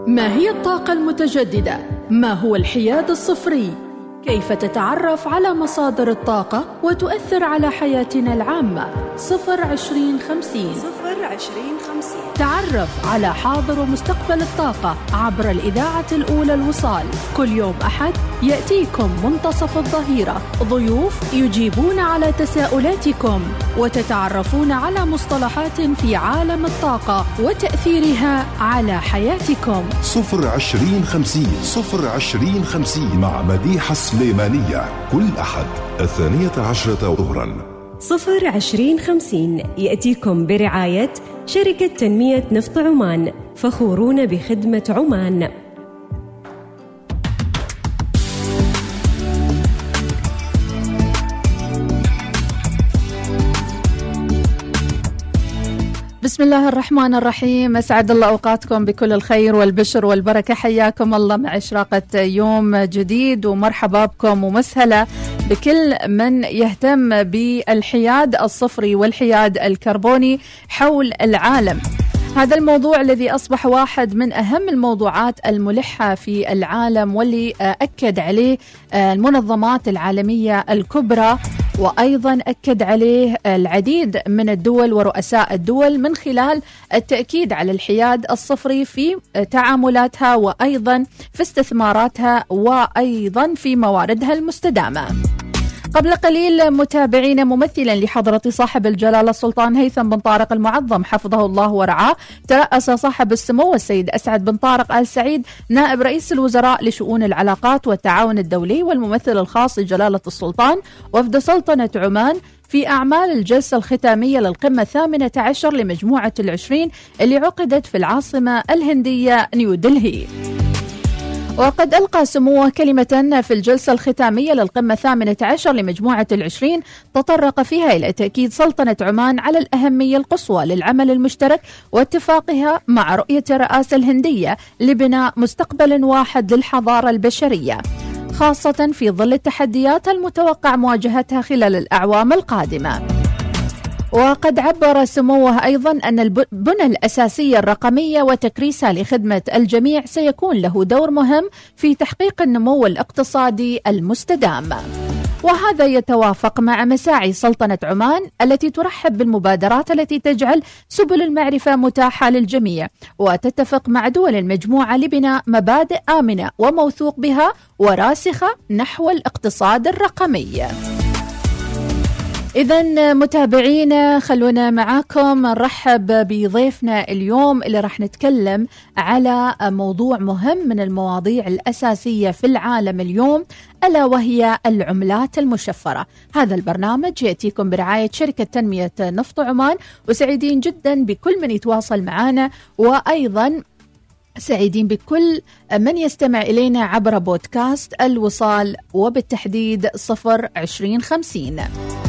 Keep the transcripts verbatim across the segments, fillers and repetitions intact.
ما هي الطاقة المتجددة؟ ما هو الحياد الصفري؟ كيف تتعرف على مصادر الطاقة وتؤثر على حياتنا العامة؟ صفر عشرين خمسين صفر عشرين خمسين. تعرف على حاضر ومستقبل الطاقة عبر الإذاعة الأولى الوصال. كل يوم أحد يأتيكم منتصف الظهيرة ضيوف يجيبون على تساؤلاتكم وتتعرفون على مصطلحات في عالم الطاقة وتأثيرها على حياتكم. صفر عشرين خمسين صفر عشرين خمسين مع مديحة سليمانية كل أحد الثانية عشرة ظهرا. صفر عشرين خمسين يأتيكم برعاية شركة تنمية نفط عمان، فخورون بخدمة عمان. بسم الله الرحمن الرحيم، أسعد الله أوقاتكم بكل الخير والبشر والبركة. حياكم الله مع إشراقة يوم جديد، ومرحبا بكم ومسهلا بكل من يهتم بالحياد الصفري والحياد الكربوني حول العالم. هذا الموضوع الذي أصبح واحد من أهم الموضوعات الملحة في العالم، واللي أكد عليه المنظمات العالمية الكبرى، وأيضا أكد عليه العديد من الدول ورؤساء الدول من خلال التأكيد على الحياد الصفري في تعاملاتها وأيضا في استثماراتها وأيضا في مواردها المستدامة. قبل قليل متابعين، ممثلا لحضرة صاحب الجلالة السلطان هيثم بن طارق المعظم حفظه الله ورعاه، ترأس صاحب السمو السيد أسعد بن طارق آل سعيد نائب رئيس الوزراء لشؤون العلاقات والتعاون الدولي والممثل الخاص لجلالة السلطان وفد سلطنة عمان في أعمال الجلسة الختامية للقمة الثامنة عشر لمجموعة العشرين اللي عقدت في العاصمة الهندية نيودلهي. وقد ألقى سموه كلمة في الجلسة الختامية للقمة الثامنة عشر لمجموعة العشرين تطرق فيها إلى تأكيد سلطنة عمان على الأهمية القصوى للعمل المشترك واتفاقها مع رؤية الرئاسة الهندية لبناء مستقبل واحد للحضارة البشرية، خاصة في ظل التحديات المتوقع مواجهتها خلال الأعوام القادمة. وقد عبر سموه أيضا أن البنى الأساسية الرقمية وتكريسها لخدمة الجميع سيكون له دور مهم في تحقيق النمو الاقتصادي المستدام، وهذا يتوافق مع مساعي سلطنة عمان التي ترحب بالمبادرات التي تجعل سبل المعرفة متاحة للجميع، وتتفق مع دول المجموعة لبناء مبادئ آمنة وموثوق بها وراسخة نحو الاقتصاد الرقمي. إذن متابعينا، خلونا معاكم نرحب بضيفنا اليوم اللي راح نتكلم على موضوع مهم من المواضيع الأساسية في العالم اليوم، ألا وهي العملات المشفرة. هذا البرنامج يأتيكم برعاية شركة تنمية نفط عمان، وسعيدين جدا بكل من يتواصل معنا، وأيضا سعيدين بكل من يستمع إلينا عبر بودكاست الوصال، وبالتحديد صفر عشرين خمسين.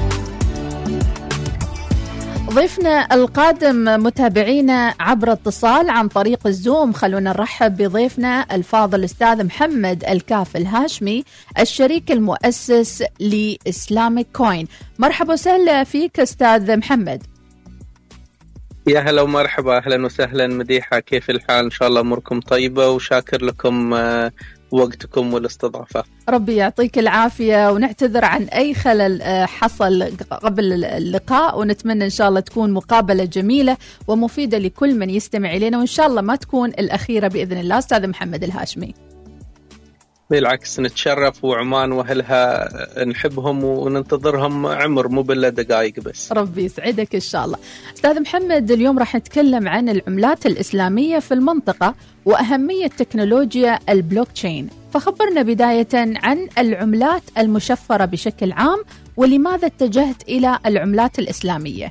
ضيفنا القادم متابعينا عبر اتصال عن طريق الزوم. خلونا نرحب بضيفنا الفاضل الأستاذ محمد الكاف الهاشمي، الشريك المؤسس لإسلاميك كوين. مرحبا وسهلا فيك أستاذ محمد. يا هلا ومرحبا، أهلا وسهلا مديحة، كيف الحال؟ إن شاء الله أموركم طيبة، وشاكر لكم وقتكم والاستضافة. ربي يعطيك العافية، ونعتذر عن أي خلل حصل قبل اللقاء، ونتمنى إن شاء الله تكون مقابلة جميلة ومفيدة لكل من يستمع إلينا، وإن شاء الله ما تكون الأخيرة بإذن الله. أستاذ محمد الهاشمي. بالعكس، نتشرف، وعمان وأهلها نحبهم وننتظرهم عمر، مو بالله دقائق بس. ربي يسعدك إن شاء الله. أستاذ محمد، اليوم راح نتكلم عن العملات الإسلامية في المنطقة وأهمية تكنولوجيا البلوك تشين، فخبرنا بداية عن العملات المشفرة بشكل عام، ولماذا اتجهت إلى العملات الإسلامية؟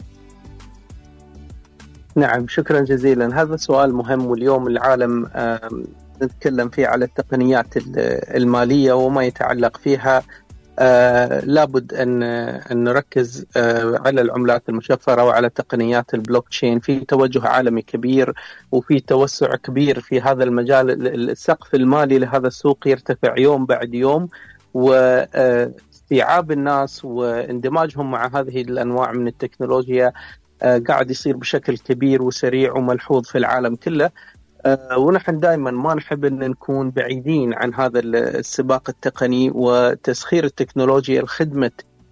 نعم، شكرا جزيلا. هذا سؤال مهم، واليوم العالم نتكلم فيه على التقنيات المالية وما يتعلق فيها. آه لابد أن, أن نركز آه على العملات المشفرة وعلى تقنيات البلوك تشين. في توجه عالمي كبير وفي توسع كبير في هذا المجال. السقف المالي لهذا السوق يرتفع يوم بعد يوم، واستيعاب الناس واندماجهم مع هذه الأنواع من التكنولوجيا آه قاعد يصير بشكل كبير وسريع وملحوظ في العالم كله. ونحن دائما ما نحب أن نكون بعيدين عن هذا السباق التقني وتسخير التكنولوجيا لخدمة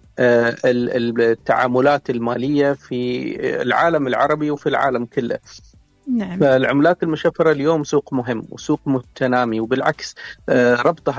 التعاملات المالية في العالم العربي وفي العالم كله. نعم. فالعملات المشفرة اليوم سوق مهم وسوق متنامي، وبالعكس ربطها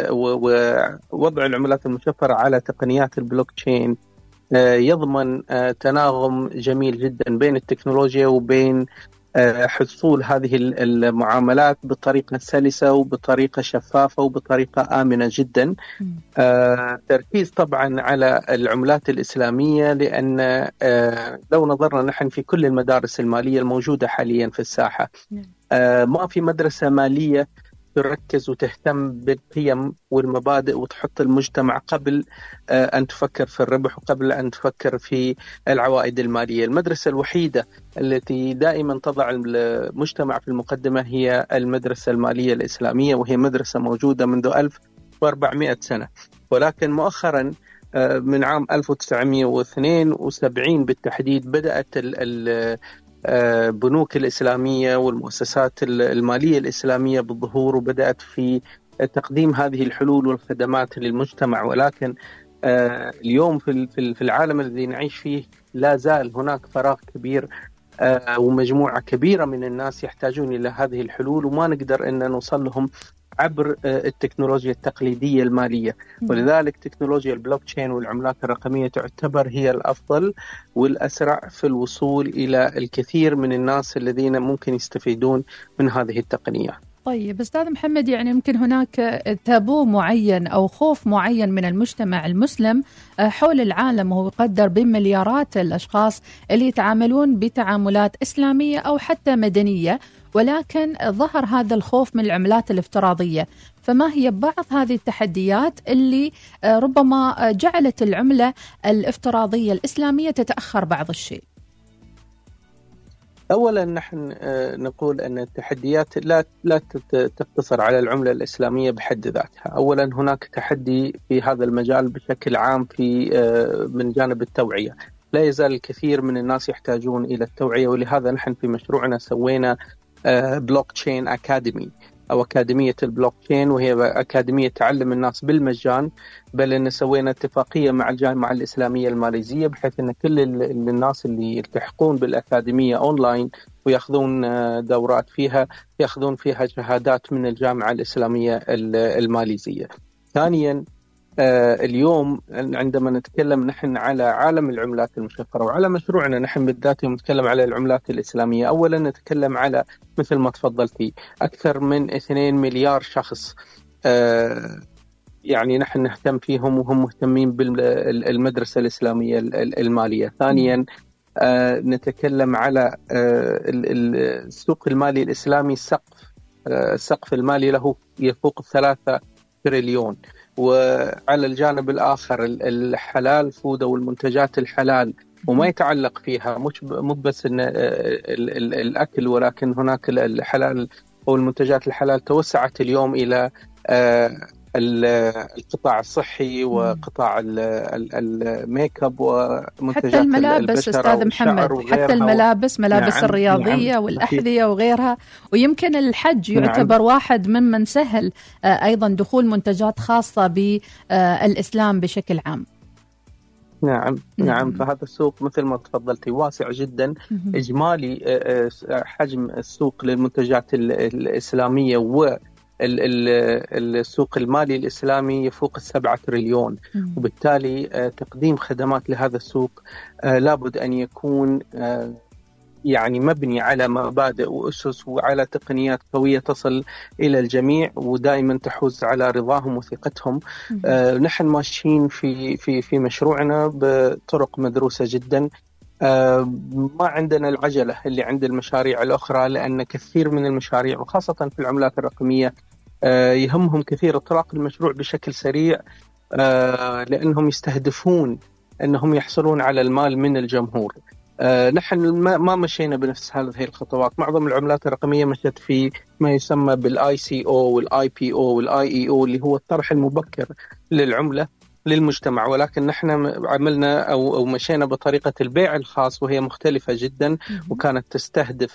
بوضع العملات المشفرة على تقنيات البلوك تشين يضمن تناغم جميل جدا بين التكنولوجيا وبين حصول هذه المعاملات بطريقة سلسة وبطريقة شفافة وبطريقة آمنة جدا. آه، تركيز طبعا على العملات الإسلامية، لأن آه، لو نظرنا نحن في كل المدارس المالية الموجودة حاليا في الساحة آه، ما في مدرسة مالية تركز وتهتم بالقيم والمبادئ وتحط المجتمع قبل أن تفكر في الربح وقبل أن تفكر في العوائد المالية. المدرسة الوحيدة التي دائما تضع المجتمع في المقدمة هي المدرسة المالية الإسلامية، وهي مدرسة موجودة منذ ألف وأربعمائة سنة، ولكن مؤخرا من عام ألف وتسعمائة واثنين وسبعين بالتحديد بدأت ال بنوك الإسلامية والمؤسسات المالية الإسلامية بالظهور، وبدأت في تقديم هذه الحلول والخدمات للمجتمع. ولكن اليوم في العالم الذي نعيش فيه لا زال هناك فراغ كبير ومجموعة كبيرة من الناس يحتاجون إلى هذه الحلول، وما نقدر أن نوصل لهم عبر التكنولوجيا التقليدية المالية. ولذلك تكنولوجيا البلوك تشين والعملات الرقمية تعتبر هي الأفضل والأسرع في الوصول إلى الكثير من الناس الذين ممكن يستفيدون من هذه التقنية. طيب أستاذ محمد، يعني يمكن هناك تابو معين أو خوف معين من المجتمع المسلم حول العالم، وهو يقدر بمليارات الأشخاص اللي يتعاملون بتعاملات إسلامية أو حتى مدنية، ولكن ظهر هذا الخوف من العملات الافتراضية. فما هي بعض هذه التحديات اللي ربما جعلت العملة الافتراضية الإسلامية تتأخر بعض الشيء؟ أولا نحن نقول أن التحديات لا لا تقتصر على العملة الإسلامية بحد ذاتها. أولا هناك تحدي في هذا المجال بشكل عام في من جانب التوعية. لا يزال الكثير من الناس يحتاجون إلى التوعية، ولهذا نحن في مشروعنا سوينا بلوك تشين أكاديمي أو أكاديمية البلوك تشين، وهي أكاديمية تعلم الناس بالمجان، بل إن سوينا اتفاقية مع الجامعة الإسلامية الماليزية بحيث إن كل الناس اللي يلتحقون بالأكاديمية أونلاين ويأخذون دورات فيها يأخذون فيها شهادات من الجامعة الإسلامية الماليزية. ثانياً آه اليوم عندما نتكلم نحن على عالم العملات المشفرة وعلى مشروعنا نحن بالذات نتكلم على العملات الإسلامية، أولا نتكلم على مثل ما تفضلتي أكثر من اثنين مليار شخص آه يعني نحن نهتم فيهم وهم مهتمين بالمدرسة الإسلامية المالية. ثانيا آه نتكلم على آه السوق المالي الإسلامي، السقف آه السقف المالي له يفوق الثلاثة تريليون. وعلى الجانب الآخر الحلال فود والمنتجات الحلال وما يتعلق فيها مش مو بس إن الأكل، ولكن هناك الحلال أو المنتجات الحلال توسعت اليوم إلى القطاع الصحي وقطاع الميك اب ومنتجات حتى الملابس أستاذ محمد، حتى الملابس ملابس نعم الرياضية نعم والأحذية وغيرها. ويمكن الحج يعتبر نعم واحد ممن سهل أيضا دخول منتجات خاصة بالإسلام بشكل عام. نعم نعم فهذا السوق مثل ما تفضلتي واسع جدا. إجمالي حجم السوق للمنتجات الإسلامية و السوق المالي الإسلامي يفوق السبعة تريليون، وبالتالي تقديم خدمات لهذا السوق لابد أن يكون يعني مبني على مبادئ وأسس وعلى تقنيات قوية تصل إلى الجميع ودائما تحوز على رضاهم وثقتهم. نحن ماشيين في في في مشروعنا بطرق مدروسة جدا. آه ما عندنا العجلة اللي عند المشاريع الأخرى، لأن كثير من المشاريع وخاصة في العملات الرقمية آه يهمهم كثير إطلاق المشروع بشكل سريع، آه لأنهم يستهدفون أنهم يحصلون على المال من الجمهور. آه نحن ما مشينا بنفس هذه الخطوات. معظم العملات الرقمية مشت في ما يسمى بالاي سي او والاي بي او والاي اي او اللي هو الطرح المبكر للعملة للمجتمع، ولكن نحن عملنا أو, أو مشينا بطريقة البيع الخاص وهي مختلفة جدا وكانت تستهدف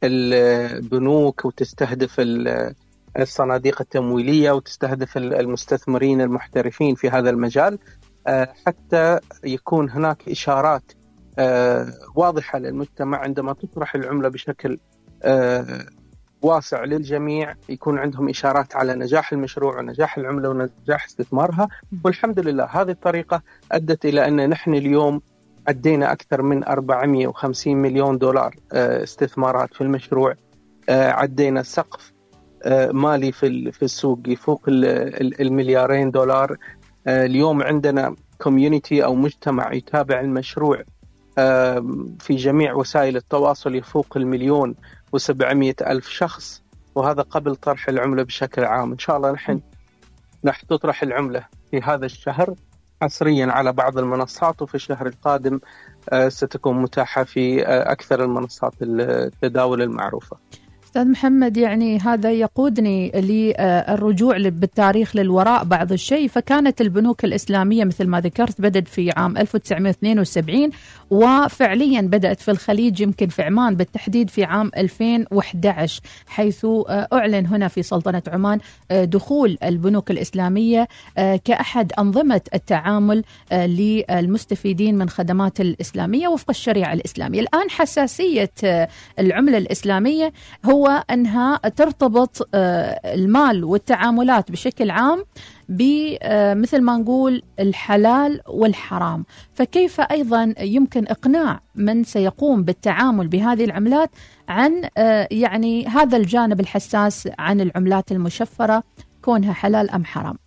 البنوك وتستهدف الصناديق التمويلية وتستهدف المستثمرين المحترفين في هذا المجال، حتى يكون هناك إشارات واضحة للمجتمع عندما تطرح العملة بشكل واسع للجميع، يكون عندهم إشارات على نجاح المشروع ونجاح العملة ونجاح استثمارها. والحمد لله هذه الطريقة أدت إلى أن نحن اليوم عدينا أكثر من أربعمئة وخمسين مليون دولار استثمارات في المشروع، عدينا سقف مالي في في السوق يفوق المليارين دولار. اليوم عندنا كوميونيتي أو مجتمع يتابع المشروع في جميع وسائل التواصل يفوق المليون وسبعمئة ألف شخص، وهذا قبل طرح العملة بشكل عام. إن شاء الله نحن راح تطرح العملة في هذا الشهر حصريا على بعض المنصات، وفي الشهر القادم ستكون متاحة في أكثر المنصات التداول المعروفة. أستاذ محمد، يعني هذا يقودني للرجوع بالتاريخ للوراء بعض الشيء. فكانت البنوك الإسلامية مثل ما ذكرت بدأت في عام ألف وتسعمئة واثنين وسبعين، وفعليا بدأت في الخليج يمكن في عمان بالتحديد في عام ألفين وأحد عشر، حيث أعلن هنا في سلطنة عمان دخول البنوك الإسلامية كأحد أنظمة التعامل للمستفيدين من خدمات الإسلامية وفق الشريعة الإسلامية. الآن حساسية العملة الإسلامية هو أنها ترتبط المال والتعاملات بشكل عام بمثل ما نقول الحلال والحرام، فكيف أيضا يمكن إقناع من سيقوم بالتعامل بهذه العملات عن يعني هذا الجانب الحساس عن العملات المشفرة، كونها حلال أم حرام؟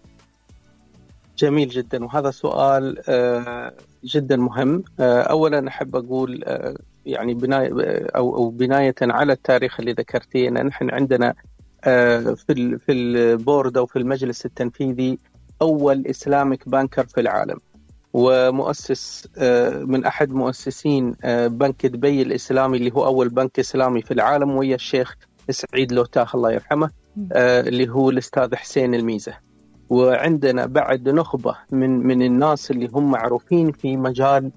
جميل جدا، وهذا سؤال جدا مهم. أولا أحب أقول يعني بناية أو أو بناية على التاريخ اللي ذكرتيه، أن نحن عندنا في في البورد أو في المجلس التنفيذي أول إسلامك بانكر في العالم، ومؤسس من أحد مؤسسين بنك دبي الإسلامي اللي هو أول بنك إسلامي في العالم، وهي الشيخ سعيد لوتاه الله يرحمه، اللي هو الأستاذ حسين الميزة. وعندنا بعد نخبة من من الناس اللي هم معروفين في مجال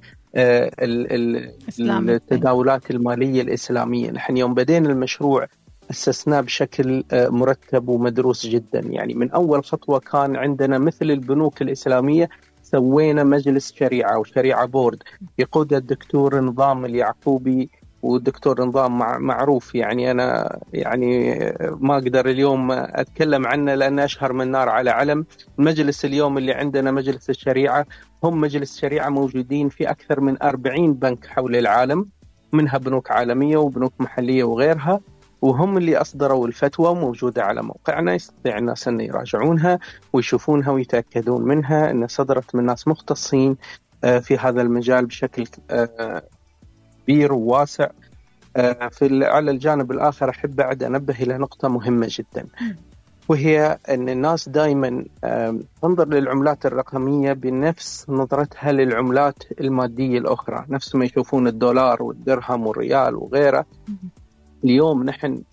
التداولات المالية الإسلامية. نحن يوم بدينا المشروع أسسناه بشكل مرتب ومدروس جدا، يعني من أول خطوة كان عندنا مثل البنوك الإسلامية سوينا مجلس شريعة وشريعة بورد يقود الدكتور نظام اليعقوبي، والدكتور نظام معروف، يعني أنا يعني ما أقدر اليوم أتكلم عنه لأن أشهر من نار على علم. المجلس اليوم اللي عندنا مجلس الشريعة هم مجلس شريعة موجودين في أكثر من أربعين بنك حول العالم، منها بنوك عالمية وبنوك محلية وغيرها، وهم اللي أصدروا الفتوى موجودة على موقعنا، يستطيع الناس أن يراجعونها ويشوفونها ويتأكدون منها أن صدرت من ناس مختصين في هذا المجال بشكل كبير وواسع. في على الجانب الآخر أحب بعد أنبه إلى نقطة مهمة جدا، وهي أن الناس دائما تنظر للعملات الرقمية بنفس نظرتها للعملات المادية الأخرى، نفس ما يشوفون الدولار والدرهم والريال وغيره. اليوم نحن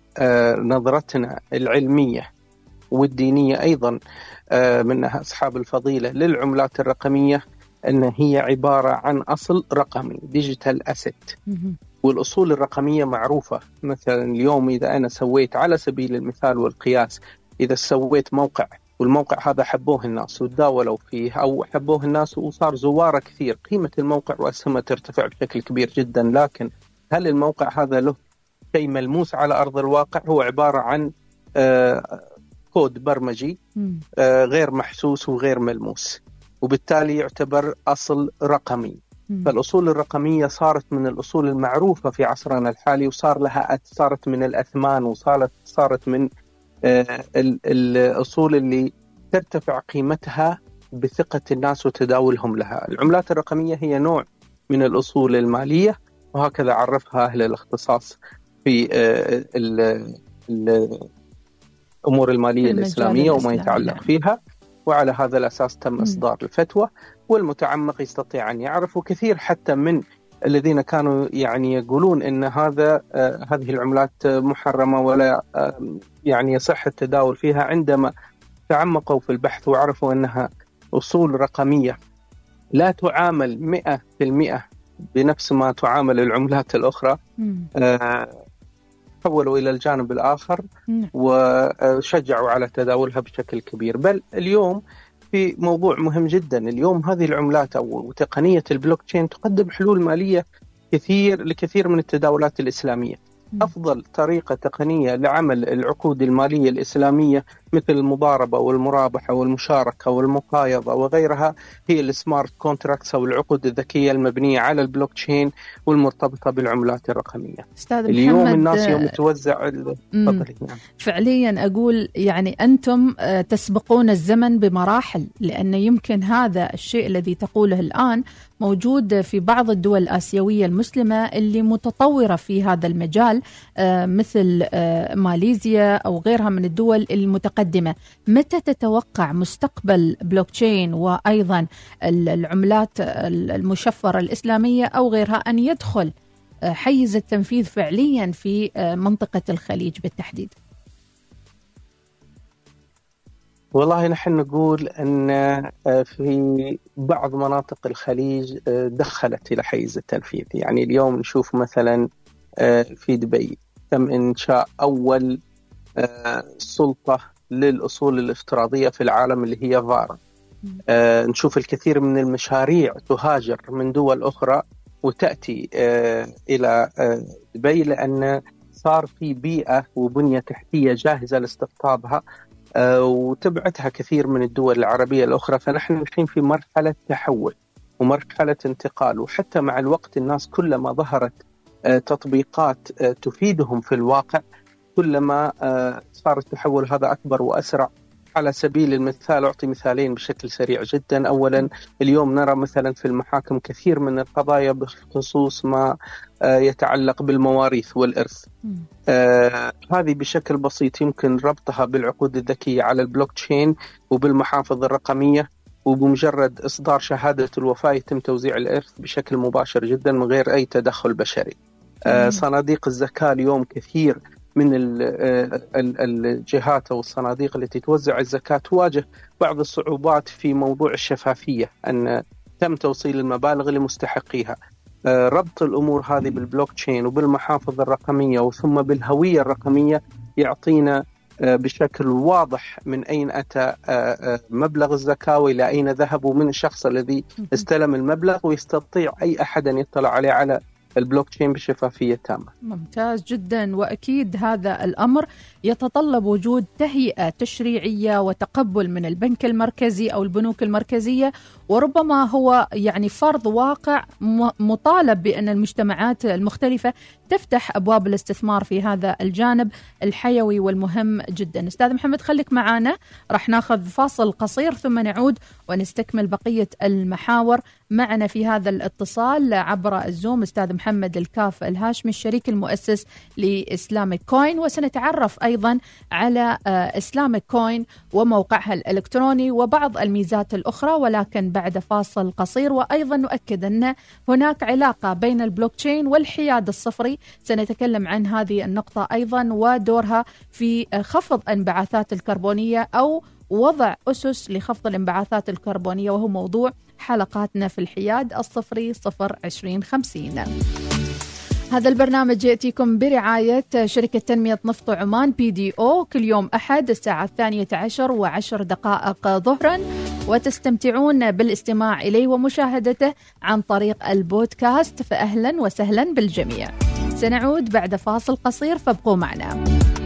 نظرتنا العلمية والدينية أيضا من أصحاب الفضيلة للعملات الرقمية أن هي عبارة عن أصل رقمي، ديجيتال أسيت، والأصول الرقمية معروفة. مثلا اليوم إذا أنا سويت على سبيل المثال والقياس، إذا سويت موقع والموقع هذا حبوه الناس وتداولوا فيه أو حبوه الناس وصار زواره كثير، قيمة الموقع وأسهمه ترتفع بشكل كبير جدا. لكن هل الموقع هذا له شيء ملموس على أرض الواقع؟ هو عبارة عن آه كود برمجي آه غير محسوس وغير ملموس، وبالتالي يعتبر أصل رقمي. فالأصول الرقمية صارت من الأصول المعروفة في عصرنا الحالي، وصار لها صارت من الأثمان، وصارت صارت من آه الأصول اللي ترتفع قيمتها بثقة الناس وتداولهم لها. العملات الرقمية هي نوع من الأصول المالية، وهكذا عرفها أهل الاختصاص في الأمور المالية الإسلامية وما يتعلق فيها، وعلى هذا الأساس تم إصدار الفتوى، والمتعمق يستطيع أن يعرف. وكثير حتى من الذين كانوا يعني يقولون إن هذا هذه العملات محرمة ولا يعني يصح التداول فيها، عندما تعمقوا في البحث وعرفوا أنها أصول رقمية لا تعامل مئة في المئة بنفس ما تعامل العملات الأخرى، آه تحولوا إلى الجانب الآخر وشجعوا على تداولها بشكل كبير. بل اليوم في موضوع مهم جدا، اليوم هذه العملات أو تقنية البلوك تشين تقدم حلول مالية كثير لكثير من التداولات الإسلامية. أفضل طريقة تقنية لعمل العقود المالية الإسلامية مثل المضاربة والمرابحة والمشاركة والمقايضة وغيرها هي السمارت كونتراكتس أو العقود الذكية المبنية على البلوك تشين والمرتبطة بالعملات الرقمية. اليوم الناس يوم توزع نعم. فعليا أقول يعني أنتم تسبقون الزمن بمراحل، لأن يمكن هذا الشيء الذي تقوله الآن موجود في بعض الدول الآسيوية المسلمة اللي متطورة في هذا المجال مثل ماليزيا أو غيرها من الدول المتقدمة. متى تتوقع مستقبل بلوكتشين وأيضا العملات المشفرة الإسلامية أو غيرها أن يدخل حيز التنفيذ فعليا في منطقة الخليج بالتحديد؟ والله نحن نقول أن في بعض مناطق الخليج دخلت إلى حيز التنفيذ. يعني اليوم نشوف مثلا في دبي تم إنشاء أول سلطة للأصول الافتراضية في العالم اللي هي فارا. نشوف الكثير من المشاريع تهاجر من دول أخرى وتأتي إلى دبي لأن صار في بيئة وبنية تحتية جاهزة لاستقطابها وتبعتها كثير من الدول العربية الأخرى. فنحن الحين في مرحلة تحول ومرحلة انتقال، وحتى مع الوقت الناس كلما ظهرت تطبيقات تفيدهم في الواقع كلما صار التحول هذا أكبر وأسرع. على سبيل المثال أعطي مثالين بشكل سريع جدا. أولا اليوم نرى مثلا في المحاكم كثير من القضايا بخصوص ما يتعلق بالمواريث والإرث. آه هذه بشكل بسيط يمكن ربطها بالعقود الذكية على البلوك تشين وبالمحافظ الرقمية، وبمجرد إصدار شهادة الوفاة يتم توزيع الإرث بشكل مباشر جدا من غير أي تدخل بشري. آه صناديق الزكاة اليوم كثير من الجهات أو الصناديق التي توزع الزكاة تواجه بعض الصعوبات في موضوع الشفافية، أن تم توصيل المبالغ لمستحقيها. ربط الأمور هذه بالبلوك تشين وبالمحافظ الرقمية وثم بالهوية الرقمية يعطينا بشكل واضح من أين أتى مبلغ الزكاة وإلى أين ذهب من الشخص الذي استلم المبلغ، ويستطيع أي أحد أن يطلع عليه على البلوك تشين بشفافية تامة. ممتاز جدا. وأكيد هذا الأمر يتطلب وجود تهيئة تشريعية وتقبل من البنك المركزي أو البنوك المركزية، وربما هو يعني فرض واقع مطالب بأن المجتمعات المختلفة تفتح أبواب الاستثمار في هذا الجانب الحيوي والمهم جدا. أستاذ محمد خليك معنا، راح ناخذ فاصل قصير ثم نعود ونستكمل بقية المحاور. معنا في هذا الاتصال عبر الزوم أستاذ محمد الكاف الهاشمي الشريك المؤسس لإسلامك كوين، وسنتعرف أيضا على إسلامك كوين وموقعها الإلكتروني وبعض الميزات الأخرى، ولكن بعد فاصل قصير. وأيضا نؤكد أن هناك علاقة بين البلوك تشين والحياد الصفري، سنتكلم عن هذه النقطة أيضا ودورها في خفض الانبعاثات الكربونية أو وضع أسس لخفض الانبعاثات الكربونية، وهو موضوع حلقاتنا في الحياد الصفري صفر عشرين خمسين. هذا البرنامج يأتيكم برعاية شركة تنمية نفط عمان بي دي أو كل يوم أحد الساعة الثانية عشر وعشر دقائق ظهرا، وتستمتعون بالاستماع إليه ومشاهدته عن طريق البودكاست، فأهلا وسهلا بالجميع. سنعود بعد فاصل قصير فابقوا معنا.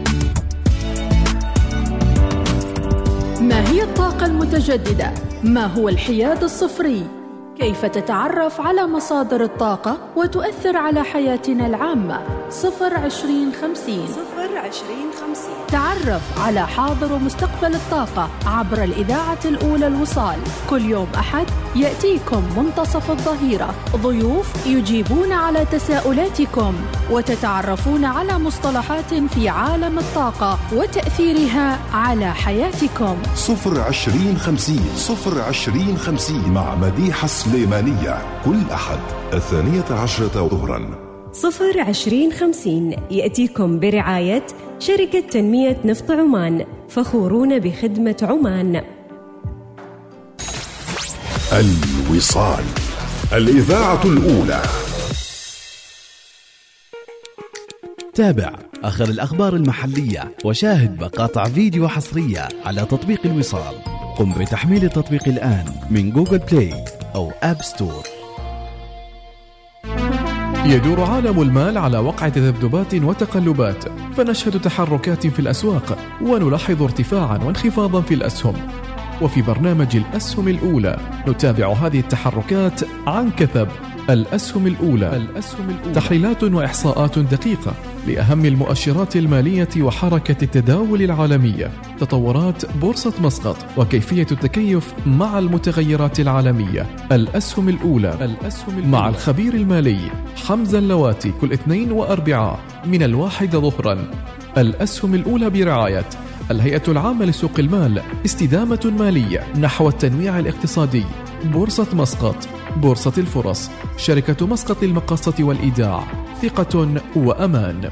ما هي الطاقة المتجددة؟ ما هو الحياد الصفري؟ كيف تتعرف على مصادر الطاقة وتؤثر على حياتنا العامة؟ صفر عشرين خمسين صفر عشرين خمسين. تعرف على حاضر ومستقبل الطاقة عبر الإذاعة الأولى الوصال. كل يوم أحد يأتيكم منتصف الظهيرة ضيوف يجيبون على تساؤلاتكم وتتعرفون على مصطلحات في عالم الطاقة وتأثيرها على حياتكم. صفر عشرين خمسين صفر عشرين خمسين مع مديحة سليمانية كل أحد الثانية عشرة ظهرا. صفر عشرين خمسين يأتيكم برعاية شركة تنمية نفط عمان، فخورون بخدمة عمان. الوصال، الإذاعة الأولى. تابع آخر الأخبار المحلية وشاهد مقاطع فيديو حصرية على تطبيق الوصال. قم بتحميل التطبيق الآن من جوجل بلاي أو آب ستور. يدور عالم المال على وقع تذبذبات وتقلبات، فنشهد تحركات في الأسواق ونلاحظ ارتفاعا وانخفاضا في الأسهم. وفي برنامج الأسهم الأولى نتابع هذه التحركات عن كثب. الأسهم الأولى. الأسهم الأولى تحليلات وإحصاءات دقيقة لأهم المؤشرات المالية وحركة التداول العالمية، تطورات بورصة مسقط وكيفية التكيف مع المتغيرات العالمية. الأسهم الأولى. الأسهم الأولى مع الخبير المالي حمزة اللواتي كل اثنين وأربعاء من الواحدة ظهرا. الأسهم الأولى برعاية الهيئة العامة لسوق المال، استدامة مالية نحو التنويع الاقتصادي. بورصة مسقط، بورصة الفرص، شركة مسقط للمقاصة والإيداع، ثقة وأمان.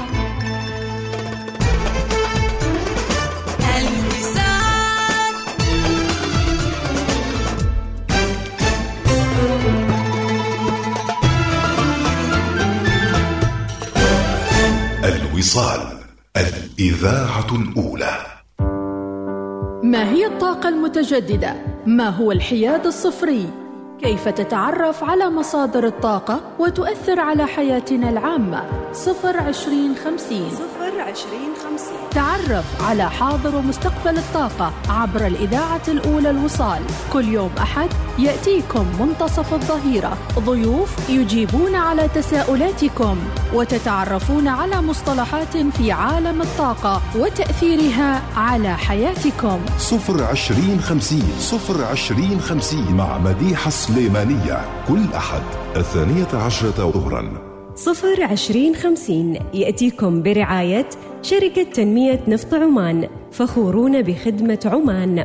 الوصال، الإذاعة الأولى. ما هي الطاقة المتجددة؟ ما هو الحياد الصفري؟ كيف تتعرف على مصادر الطاقة وتؤثر على حياتنا العامة؟ صفر عشرين خمسين صفر عشرين خمسين تعرف على حاضر ومستقبل الطاقة عبر الإذاعة الأولى الوصال. كل يوم أحد يأتيكم منتصف الظهيرة ضيوف يجيبون على تساؤلاتكم وتتعرفون على مصطلحات في عالم الطاقة وتأثيرها على حياتكم. صفر عشرين خمسين صفر عشرين خمسين مع مديحة سليمانية كل أحد الثانية عشرة ظهرا. صفر عشرين خمسين يأتيكم برعاية شركة تنمية نفط عمان، فخورون بخدمة عمان.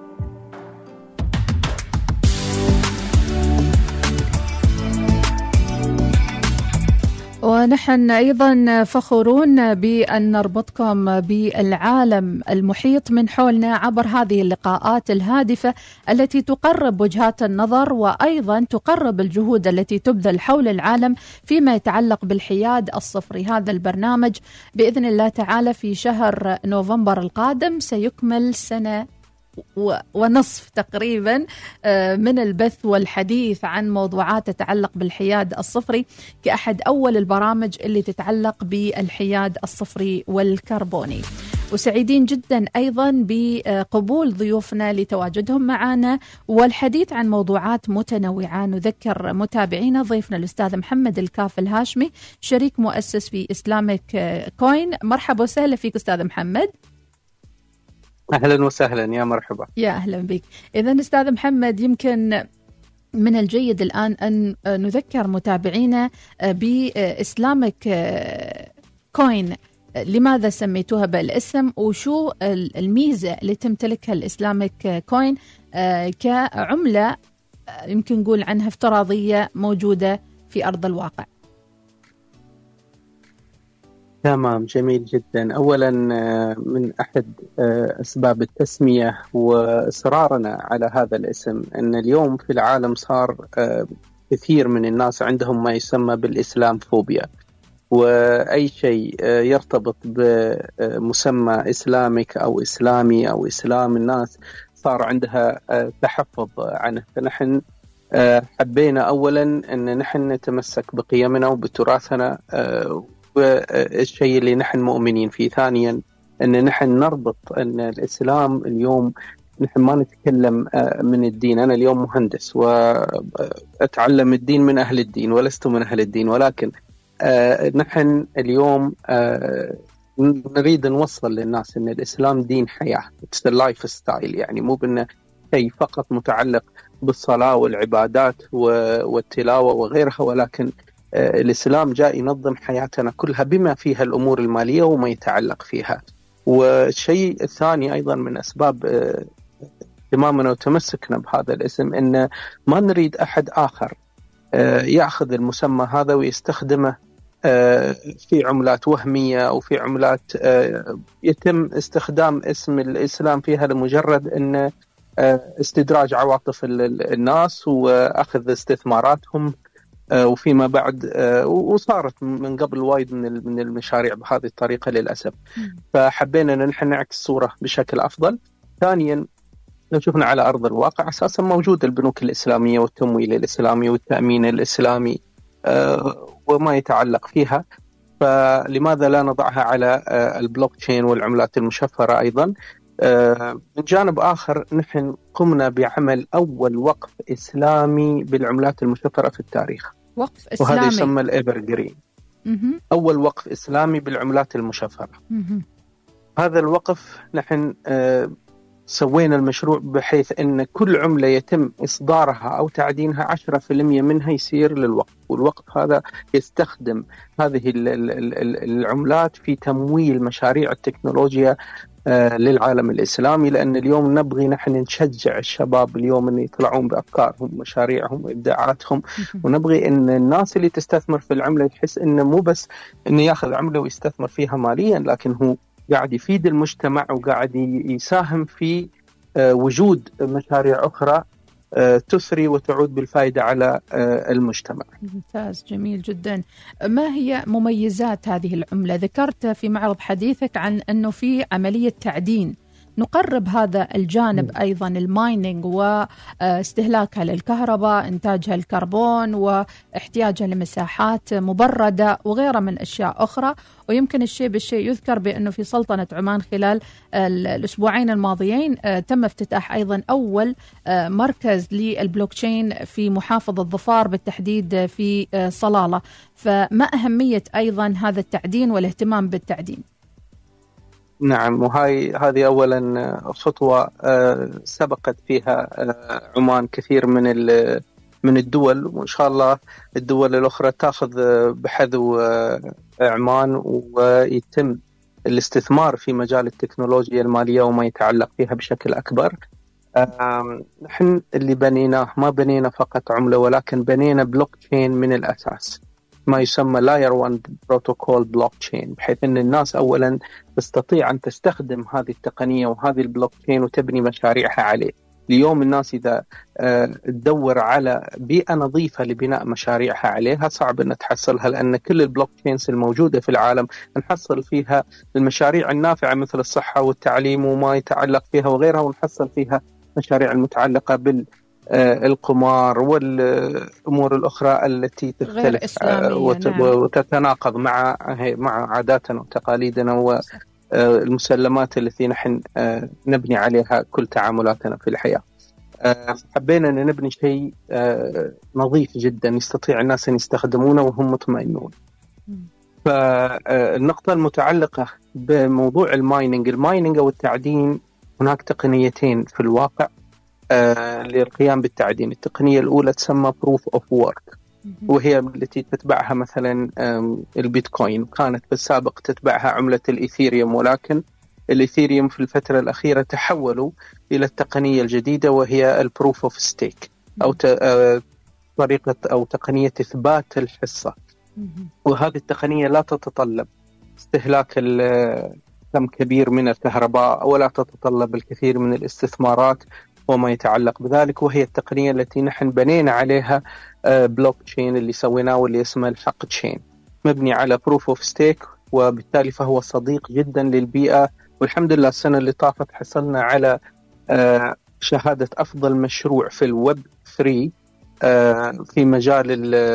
ونحن أيضا فخورون بأن نربطكم بالعالم المحيط من حولنا عبر هذه اللقاءات الهادفة التي تقرب وجهات النظر وأيضا تقرب الجهود التي تبذل حول العالم فيما يتعلق بالحياد الصفري. هذا البرنامج بإذن الله تعالى في شهر نوفمبر القادم سيكمل سنة ونصف تقريبا من البث والحديث عن موضوعات تتعلق بالحياد الصفري كأحد أول البرامج اللي تتعلق بالحياد الصفري والكربوني. وسعيدين جدا أيضا بقبول ضيوفنا لتواجدهم معنا والحديث عن موضوعات متنوعة. نذكر متابعينا ضيفنا الأستاذ محمد الكاف الهاشمي، شريك مؤسس في إسلامك كوين. مرحبا وسهلا فيك أستاذ محمد. أهلا وسهلا، يا مرحبا. يا أهلا بك. إذن أستاذ محمد، يمكن من الجيد الآن أن نذكر متابعينا بإسلامك كوين. لماذا سميتوها بالاسم وشو الميزة اللي تمتلكها الإسلامك كوين كعملة يمكن نقول عنها افتراضية موجودة في أرض الواقع؟ تمام، جميل جدا. أولا من أحد أسباب التسمية وإصرارنا على هذا الاسم أن اليوم في العالم صار كثير من الناس عندهم ما يسمى بالإسلام فوبيا، وأي شيء يرتبط بمسمى إسلامك أو إسلامي أو إسلام الناس صار عندها تحفظ عنه. فنحن حبينا أولا أن نحن نتمسك بقيمنا وبتراثنا والشيء اللي نحن مؤمنين فيه. ثانيا أن نحن نربط أن الإسلام اليوم نحن ما نتكلم من الدين. أنا اليوم مهندس وأتعلم الدين من أهل الدين ولست من أهل الدين، ولكن نحن اليوم نريد نوصل للناس أن الإسلام دين حياة، It's a lifestyle، يعني مو بأنه شيء فقط متعلق بالصلاة والعبادات والتلاوة وغيرها، ولكن الإسلام جاء ينظم حياتنا كلها بما فيها الأمور المالية وما يتعلق فيها. والشيء الثاني أيضا من أسباب اهتمامنا وتمسكنا بهذا الاسم أن ما نريد أحد آخر يأخذ المسمى هذا ويستخدمه في عملات وهمية أو في عملات يتم استخدام اسم الإسلام فيها لمجرد أن استدراج عواطف الناس وأخذ استثماراتهم وفيما بعد وصارت من قبل وايد من من المشاريع بهذه الطريقة للأسف. فحبينا أن نحن نعكس الصورة بشكل أفضل. ثانيا لو شفنا على أرض الواقع أساسا موجود البنوك الإسلامية والتمويل الإسلامي والتأمين الإسلامي وما يتعلق فيها، فلماذا لا نضعها على البلوك تشين والعملات المشفرة أيضا؟ من جانب آخر نحن قمنا بعمل أول وقف إسلامي بالعملات المشفرة في التاريخ، وقف إسلامي، وهذا يسمى الإيفرغرين. أول وقف إسلامي بالعملات المشفرة. هذا الوقف نحن سوينا المشروع بحيث أن كل عملة يتم إصدارها أو تعدينها عشرة بالمئة منها يصير للوقف، والوقف هذا يستخدم هذه العملات في تمويل مشاريع التكنولوجيا للعالم الإسلامي، لأن اليوم نبغي نحن نشجع الشباب اليوم أن يطلعون بأفكارهم مشاريعهم وإبداعاتهم، ونبغي أن الناس اللي تستثمر في العملة يحس أنه مو بس أنه يأخذ عملة ويستثمر فيها ماليا، لكن هو قاعد يفيد المجتمع وقاعد يساهم في وجود مشاريع أخرى تثري وتعود بالفائدة على المجتمع. ممتاز، جميل جدا. ما هي مميزات هذه العملة؟ ذكرت في معرض حديثك عن أنه في عملية تعدين، نقرب هذا الجانب أيضا، المايننج واستهلاكها للكهرباء، إنتاجها الكربون واحتياجها لمساحات مبردة وغيرها من أشياء أخرى. ويمكن الشيء بالشيء يذكر بأنه في سلطنة عمان خلال الأسبوعين الماضيين تم افتتاح أيضا أول مركز للبلوكتشين في محافظة ظفار بالتحديد في صلالة. فما أهمية أيضا هذا التعدين والاهتمام بالتعدين؟ نعم، وهاي هذه أولا خطوة سبقت فيها عمان كثير من من الدول، وإن شاء الله الدول الأخرى تأخذ بحذو عمان ويتم الاستثمار في مجال التكنولوجيا المالية وما يتعلق فيها بشكل أكبر. نحن اللي بنيناه ما بنينا فقط عملة، ولكن بنينا بلوك تشين من الأساس، ما يسمى لاير واحد بروتوكول بلوك تشين، بحيث أن الناس أولا تستطيع أن تستخدم هذه التقنية وهذه البلوك تشين وتبني مشاريعها عليه. اليوم الناس إذا تدور على بيئة نظيفة لبناء مشاريعها عليها صعب أن تحصلها، لأن كل البلوك تشينز الموجودة في العالم نحصل فيها المشاريع النافعة مثل الصحة والتعليم وما يتعلق فيها وغيرها، ونحصل فيها مشاريع المتعلقة بال القمار والأمور الأخرى التي تختلف وتتناقض مع مع عاداتنا وتقاليدنا والمسلمات التي نحن نبني عليها كل تعاملاتنا في الحياة. حبينا أن نبني شيء نظيف جدا يستطيع الناس أن يستخدمونه وهم مطمئنون. فالنقطة المتعلقة بموضوع المايننج المايننج أو التعدين، هناك تقنيتين في الواقع للقيام بالتعدين. التقنية الأولى تسمى Proof of Work، وهي التي تتبعها مثلا البيتكوين، كانت في السابق تتبعها عملة الإيثيريوم، ولكن الإيثيريوم في الفترة الأخيرة تحولوا إلى التقنية الجديدة وهي البروف اوف ستيك أو طريقة أو تقنية إثبات الحصة. وهذه التقنية لا تتطلب استهلاك كم كبير من الكهرباء ولا تتطلب الكثير من الاستثمارات وما يتعلق بذلك، وهي التقنية التي نحن بنينا عليها بلوك تشين اللي سويناه واللي اسمه الحق تشين، مبني على بروف اوف ستيك، وبالتالي فهو صديق جدا للبيئة. والحمد لله السنة اللي طافت حصلنا على شهادة أفضل مشروع في الويب ثري في مجال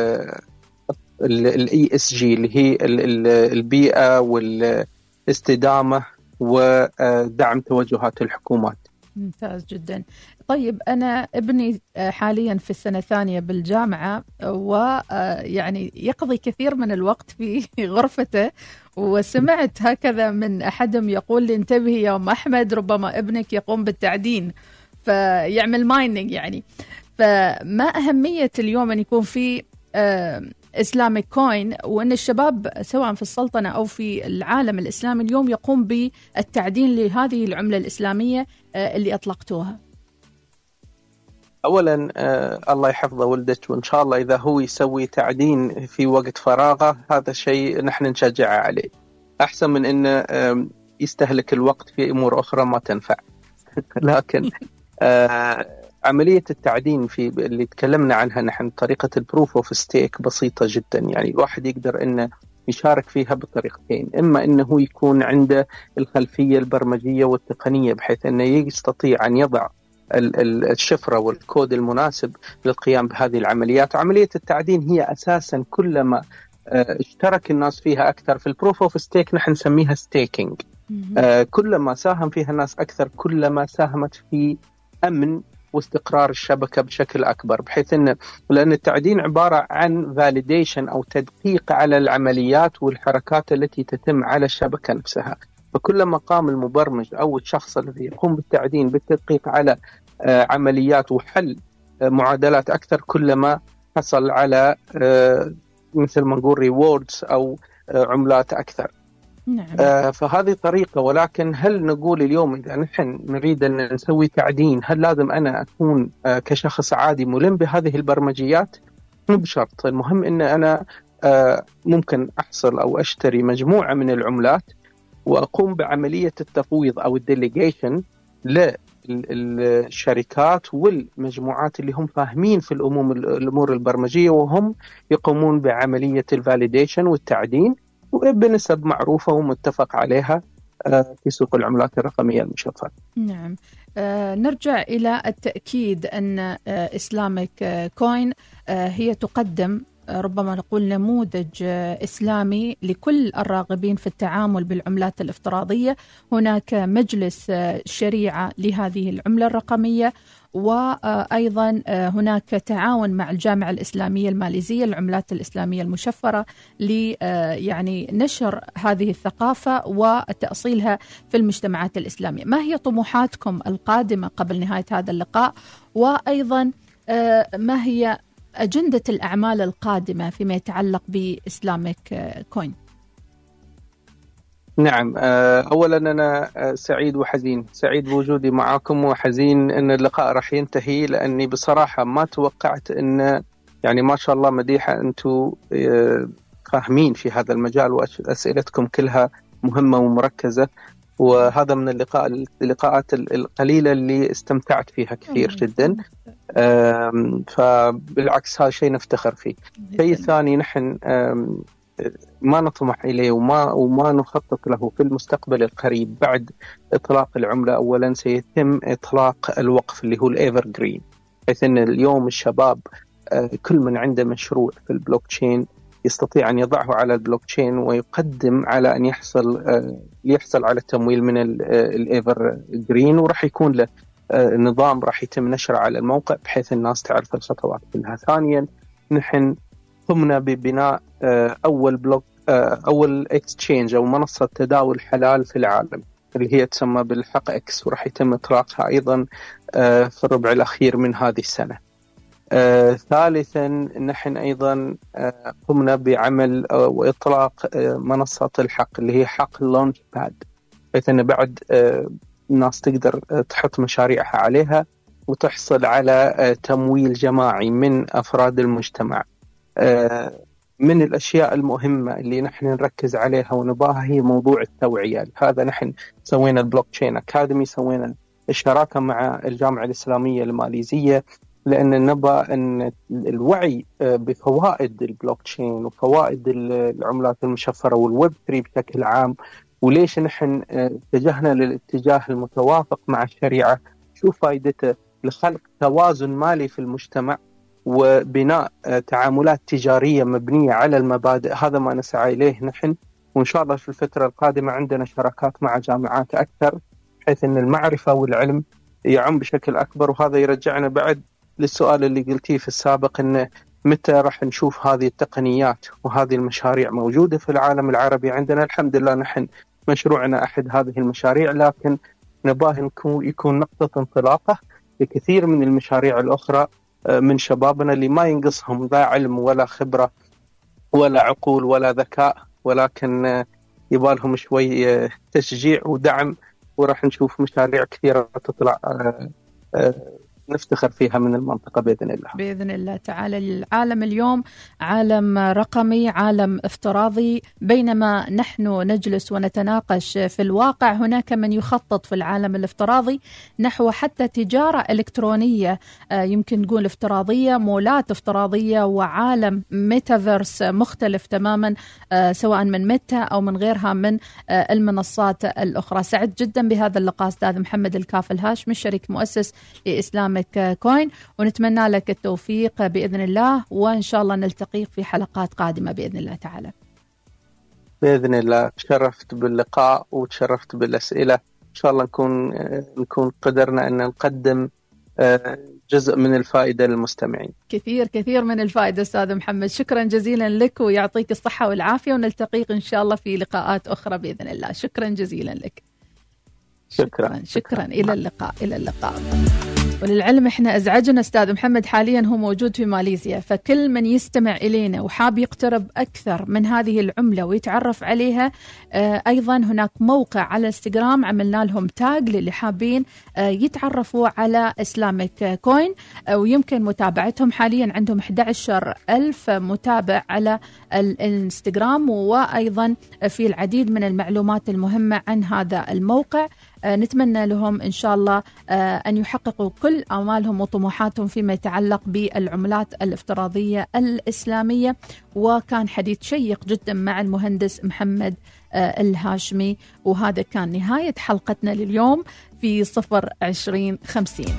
الاي اس جي اللي هي البيئة والاستدامة ودعم توجهات الحكومات. ممتاز جدا. طيب أنا ابني حاليا في السنة الثانية بالجامعة، ويعني يقضي كثير من الوقت في غرفته، وسمعت هكذا من أحدهم يقول لي انتبهي يا أم أحمد ربما ابنك يقوم بالتعدين فيعمل مايننج يعني. فما أهمية اليوم أن يكون في إسلاميك كوين، وأن الشباب سواء في السلطنة أو في العالم الإسلامي اليوم يقوم بالتعدين لهذه العملة الإسلامية اللي أطلقتوها؟ أولا آه الله يحفظه ولدك، وإن شاء الله إذا هو يسوي تعدين في وقت فراغه هذا شيء نحن نشجع عليه، أحسن من أنه آه يستهلك الوقت في أمور أخرى ما تنفع. لكن آه عملية التعدين في اللي تكلمنا عنها نحن طريقة البروف اوف ستيك بسيطة جدا، يعني الواحد يقدر انه يشارك فيها بطريقتين، اما انه يكون عنده الخلفية البرمجية والتقنية بحيث انه يستطيع ان يضع الشفرة والكود المناسب للقيام بهذه العمليات. عملية التعدين هي اساسا كلما اشترك الناس فيها اكثر. في البروف اوف ستيك نحن نسميها ستيكينج، كلما ساهم فيها الناس اكثر كلما ساهمت في امن واستقرار الشبكة بشكل أكبر، بحيث أن لأن التعدين عبارة عن validation أو تدقيق على العمليات والحركات التي تتم على الشبكة نفسها. فكلما قام المبرمج أو الشخص الذي يقوم بالتعدين بالتدقيق على عمليات وحل معادلات أكثر كلما حصل على مثل ما نقول rewards أو عملات أكثر. نعم. آه فهذه طريقة، ولكن هل نقول اليوم إذا نحن نريد أن نسوي تعدين هل لازم أنا أكون آه كشخص عادي ملم بهذه البرمجيات؟ مو بشرط. المهم أن أنا آه ممكن أحصل أو أشتري مجموعة من العملات وأقوم بعملية التفويض أو الديليجيشن للشركات والمجموعات اللي هم فاهمين في الأمور البرمجية وهم يقومون بعملية الفاليديشن والتعدين وبنسب معروفة ومتفق عليها في سوق العملات الرقمية المشفرة. نعم. آه نرجع إلى التأكيد أن آه إسلامك آه كوين آه هي تقدم آه ربما نقول نموذج آه إسلامي لكل الراغبين في التعامل بالعملات الافتراضية. هناك مجلس آه شريعة لهذه العملة الرقمية، وأيضا هناك تعاون مع الجامعة الإسلامية الماليزية للعملات الإسلامية المشفرة ل يعني نشر هذه الثقافة وتأصيلها في المجتمعات الإسلامية. ما هي طموحاتكم القادمة قبل نهاية هذا اللقاء، وأيضا ما هي أجندة الأعمال القادمة فيما يتعلق بإسلامك كوين؟ نعم، أولا أنا سعيد وحزين، سعيد بوجودي معكم وحزين أن اللقاء راح ينتهي، لأني بصراحة ما توقعت أن يعني ما شاء الله مديحة أنتم فاهمين في هذا المجال وأسئلتكم كلها مهمة ومركزة، وهذا من اللقاء اللقاءات القليلة اللي استمتعت فيها كثير جدا. فبالعكس هذا شيء نفتخر فيه. شيء ثاني نحن ما نطمح إليه وما وما نخطط له في المستقبل القريب بعد إطلاق العملة. أولا سيتم إطلاق الوقف اللي هو الإيفر جرين، بحيث أن اليوم الشباب كل من عنده مشروع في البلوك تشين يستطيع أن يضعه على البلوك تشين ويقدم على أن يحصل يحصل على التمويل من الإيفر جرين، وراح يكون له نظام راح يتم نشره على الموقع بحيث الناس تعرف الخطوات كلها. ثانيا نحن قمنا ببناء أول بلوك أول إكستشينج أو منصة تداول حلال في العالم اللي هي تسمى بالحق إكس، وراح يتم إطلاقها أيضا في الربع الأخير من هذه السنة. ثالثا نحن أيضا قمنا بعمل وإطلاق منصة الحق اللي هي حق لونش باد، بحيث أن بعد الناس تقدر تحط مشاريعها عليها وتحصل على تمويل جماعي من أفراد المجتمع. من الأشياء المهمة اللي نحن نركز عليها ونباها هي موضوع التوعية. هذا نحن سوينا البلوك تشين أكاديمي، سوينا الشراكة مع الجامعة الإسلامية الماليزية، لأن نبى أن الوعي بفوائد البلوك تشين وفوائد العملات المشفرة والويب ثري بشكل عام، وليش نحن اتجهنا للاتجاه المتوافق مع الشريعة، شو فائدته لخلق توازن مالي في المجتمع وبناء تعاملات تجارية مبنية على المبادئ. هذا ما نسعى إليه نحن، وإن شاء الله في الفترة القادمة عندنا شراكات مع جامعات أكثر بحيث أن المعرفة والعلم يعم بشكل أكبر. وهذا يرجعنا بعد للسؤال اللي قلتيه في السابق، أن متى راح نشوف هذه التقنيات وهذه المشاريع موجودة في العالم العربي عندنا. الحمد لله نحن مشروعنا أحد هذه المشاريع، لكن نباه يكون نقطة انطلاقة لكثير من المشاريع الأخرى من شبابنا اللي ما ينقصهم ذا علم ولا خبرة ولا عقول ولا ذكاء، ولكن يبالهم شوي تشجيع ودعم، وراح نشوف مشاريع كثيرة تطلع نفتخر فيها من المنطقة بإذن الله. بإذن الله تعالى. العالم اليوم عالم رقمي، عالم افتراضي، بينما نحن نجلس ونتناقش في الواقع هناك من يخطط في العالم الافتراضي نحو حتى تجارة إلكترونية يمكن نقول افتراضية، مولات افتراضية وعالم ميتافيرس مختلف تماما سواء من ميتا أو من غيرها من المنصات الأخرى. سعد جدا بهذا اللقاء أستاذ محمد الكاف الهاشمي، شريك مؤسس لإسلامك كوين، ونتمنى لك التوفيق بإذن الله، وإن شاء الله نلتقيك في حلقات قادمة بإذن الله تعالى. بإذن الله. تشرفت باللقاء وتشرفت بالأسئلة، إن شاء الله نكون نكون قدرنا أن نقدم جزء من الفائدة للمستمعين. كثير كثير من الفائدة أستاذ محمد، شكرا جزيلا لك ويعطيك الصحة والعافية، ونلتقيك إن شاء الله في لقاءات أخرى بإذن الله. شكرا جزيلا لك. شكرا شكرا, شكرا. إلى اللقاء. إلى اللقاء. وللعلم احنا ازعجنا استاذ محمد، حاليا هو موجود في ماليزيا، فكل من يستمع الينا وحاب يقترب اكثر من هذه العمله ويتعرف عليها، آه ايضا هناك موقع على انستغرام عملنا لهم تاج للي حابين آه يتعرفوا على اسلامك كوين، آه ويمكن متابعتهم. حاليا عندهم أحد عشر ألف متابع على الانستغرام، وايضا في العديد من المعلومات المهمه عن هذا الموقع. آه نتمنى لهم إن شاء الله آه أن يحققوا كل آمالهم وطموحاتهم فيما يتعلق بالعملات الافتراضية الإسلامية. وكان حديث شيق جدا مع المهندس محمد آه الهاشمي، وهذا كان نهاية حلقتنا لليوم في صفر عشرين خمسين.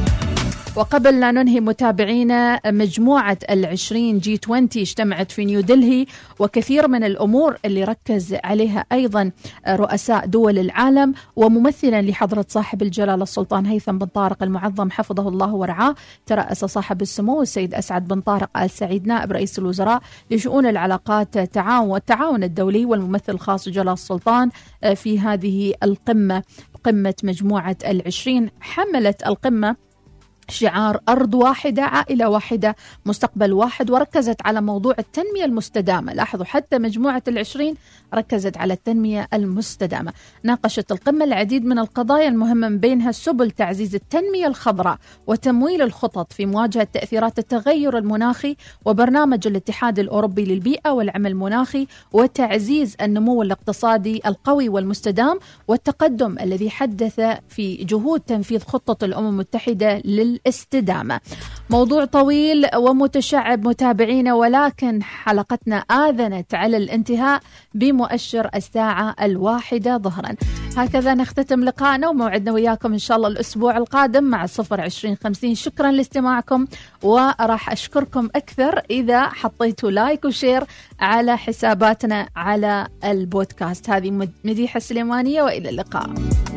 وقبل لا ننهي متابعينا، مجموعة العشرين جي عشرين اجتمعت في نيودلهي، وكثير من الأمور اللي ركز عليها أيضا رؤساء دول العالم، وممثلا لحضرة صاحب الجلالة السلطان هيثم بن طارق المعظم حفظه الله ورعاه، ترأس صاحب السمو السيد أسعد بن طارق آل سعيد نائب رئيس الوزراء لشؤون العلاقات التعاون والتعاون الدولي والممثل الخاص جلالة السلطان في هذه القمة، قمة مجموعة العشرين. حملت القمة شعار أرض واحدة عائلة واحدة مستقبل واحد، وركزت على موضوع التنمية المستدامة. لاحظوا حتى مجموعة العشرين ركزت على التنمية المستدامة. ناقشت القمة العديد من القضايا المهمة، من بينها سبل تعزيز التنمية الخضراء وتمويل الخطط في مواجهة تأثيرات التغير المناخي، وبرنامج الاتحاد الأوروبي للبيئة والعمل المناخي، وتعزيز النمو الاقتصادي القوي والمستدام، والتقدم الذي حدث في جهود تنفيذ خطة الأمم المتحدة للاستدامة. موضوع طويل ومتشعب متابعينا، ولكن حلقتنا آذنت على الانتهاء بمؤشر الساعة الواحدة ظهرا. هكذا نختتم لقاءنا، وموعدنا وياكم إن شاء الله الأسبوع القادم مع صفر عشرين خمسين. شكرا لاستماعكم، وراح أشكركم أكثر إذا حطيتوا لايك وشير على حساباتنا على البودكاست. هذه مديحة السليمانية، وإلى اللقاء.